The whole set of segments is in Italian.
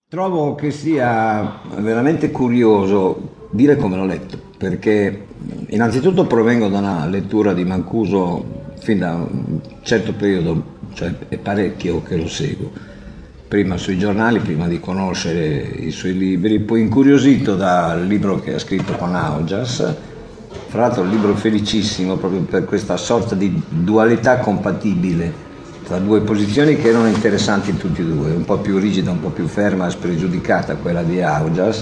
Trovo che sia veramente curioso dire come l'ho letto, perché innanzitutto provengo da una lettura di Mancuso fin da un certo periodo, cioè è parecchio che lo seguo. Prima sui giornali, prima di conoscere i suoi libri, poi incuriosito dal libro che ha scritto con Augias, fra l'altro un libro felicissimo proprio per questa sorta di dualità compatibile tra due posizioni che erano interessanti tutti e due, un po' più rigida, un po' più ferma, spregiudicata quella di Augias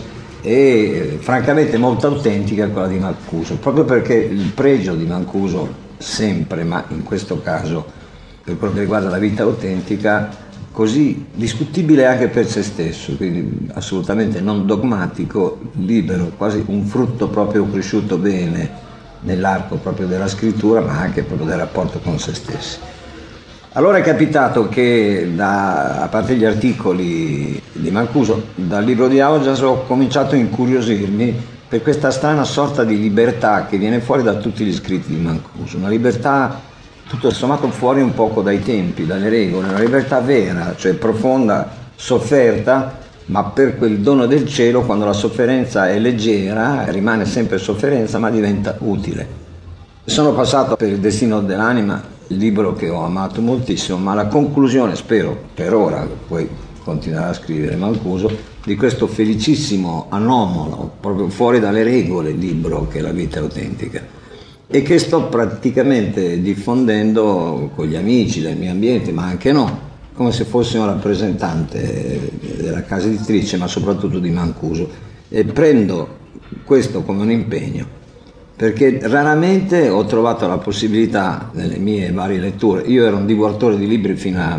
e francamente molto autentica quella di Mancuso, proprio perché il pregio di Mancuso sempre, ma in questo caso per quello che riguarda la vita autentica, così discutibile anche per se stesso, quindi assolutamente non dogmatico, libero, quasi un frutto proprio cresciuto bene nell'arco proprio della scrittura, ma anche proprio del rapporto con se stessi. Allora è capitato che a parte gli articoli di Mancuso, dal libro di Augias ho cominciato a incuriosirmi per questa strana sorta di libertà che viene fuori da tutti gli scritti di Mancuso, una libertà tutto sommato fuori un poco dai tempi, dalle regole, una libertà vera, cioè profonda, sofferta, ma per quel dono del cielo quando la sofferenza è leggera, rimane sempre sofferenza, ma diventa utile. Sono passato per Il destino dell'anima, il libro che ho amato moltissimo, ma la conclusione, spero per ora, poi continuerà a scrivere Mancuso, di questo felicissimo, anomalo, proprio fuori dalle regole libro che è La vita autentica, e che sto praticamente diffondendo con gli amici del mio ambiente, ma anche no, come se fossi un rappresentante della casa editrice, ma soprattutto di Mancuso, e prendo questo come un impegno, perché raramente ho trovato la possibilità nelle mie varie letture. Io ero un divoratore di libri fino a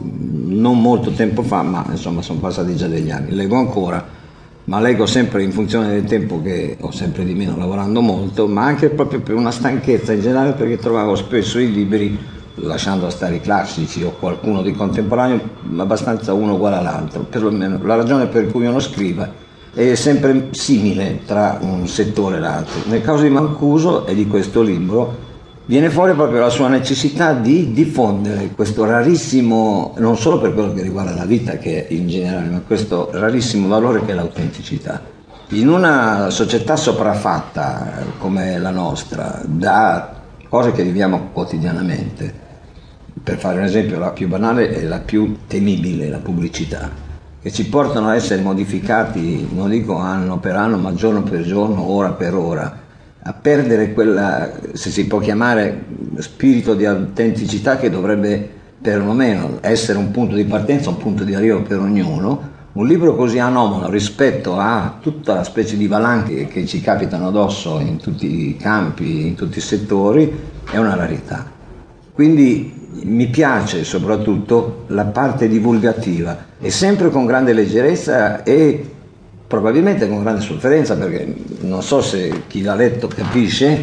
non molto tempo fa, ma insomma sono passati già degli anni, leggo ancora, ma leggo sempre in funzione del tempo che ho sempre di meno lavorando molto, ma anche proprio per una stanchezza in generale, perché trovavo spesso i libri, lasciando stare i classici o qualcuno di contemporaneo, abbastanza uno uguale all'altro. Perlomeno la ragione per cui uno scrive è sempre simile tra un settore e l'altro. Nel caso di Mancuso e di questo libro viene fuori proprio la sua necessità di diffondere questo rarissimo, non solo per quello che riguarda la vita che è in generale, ma questo rarissimo valore che è l'autenticità. In una società sopraffatta come la nostra, da cose che viviamo quotidianamente, per fare un esempio, la più banale e la più temibile, la pubblicità, che ci portano a essere modificati, non dico anno per anno, ma giorno per giorno, ora per ora, a perdere quella, se si può chiamare, spirito di autenticità che dovrebbe perlomeno essere un punto di partenza, un punto di arrivo per ognuno. Un libro così anomalo rispetto a tutta la specie di valanghe che ci capitano addosso in tutti i campi, in tutti i settori, è una rarità. Quindi mi piace soprattutto la parte divulgativa, e sempre con grande leggerezza e probabilmente con grande sofferenza, perché non so se chi l'ha letto capisce,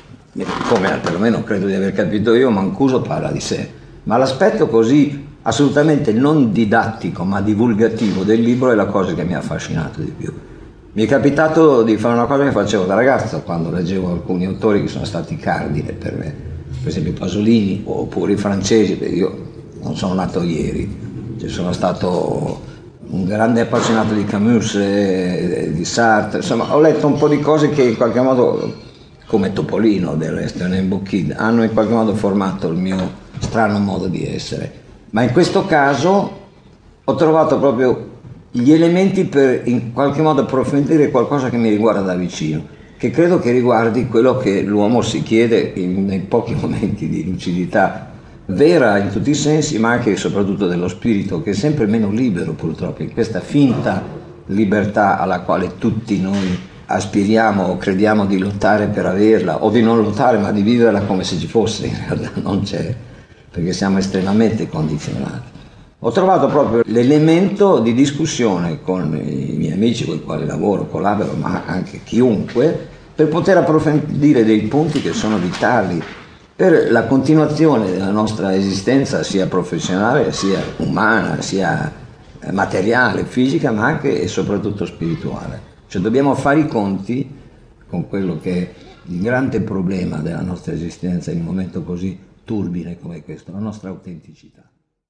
come perlomeno credo di aver capito io, Mancuso parla di sé, ma l'aspetto così assolutamente non didattico ma divulgativo del libro è la cosa che mi ha affascinato di più. Mi è capitato di fare una cosa che facevo da ragazzo quando leggevo alcuni autori che sono stati cardine per me, per esempio Pasolini oppure i francesi, perché io non sono nato ieri, sono stato un grande appassionato di Camus, di Sartre, insomma ho letto un po' di cose che in qualche modo, come Topolino del resto e Nemo Kid, hanno in qualche modo formato il mio strano modo di essere, ma in questo caso ho trovato proprio gli elementi per in qualche modo approfondire qualcosa che mi riguarda da vicino, che credo che riguardi quello che l'uomo si chiede nei pochi momenti di lucidità vera in tutti i sensi, ma anche e soprattutto dello spirito, che è sempre meno libero purtroppo, in questa finta libertà alla quale tutti noi aspiriamo o crediamo di lottare per averla, o di non lottare ma di viverla come se ci fosse, in realtà non c'è, perché siamo estremamente condizionati. Ho trovato proprio l'elemento di discussione con i miei amici con i quali lavoro, collaboro, ma anche chiunque, per poter approfondire dei punti che sono vitali per la continuazione della nostra esistenza, sia professionale, sia umana, sia materiale, fisica, ma anche e soprattutto spirituale. Cioè dobbiamo fare i conti con quello che è il grande problema della nostra esistenza in un momento così turbine come questo, la nostra autenticità.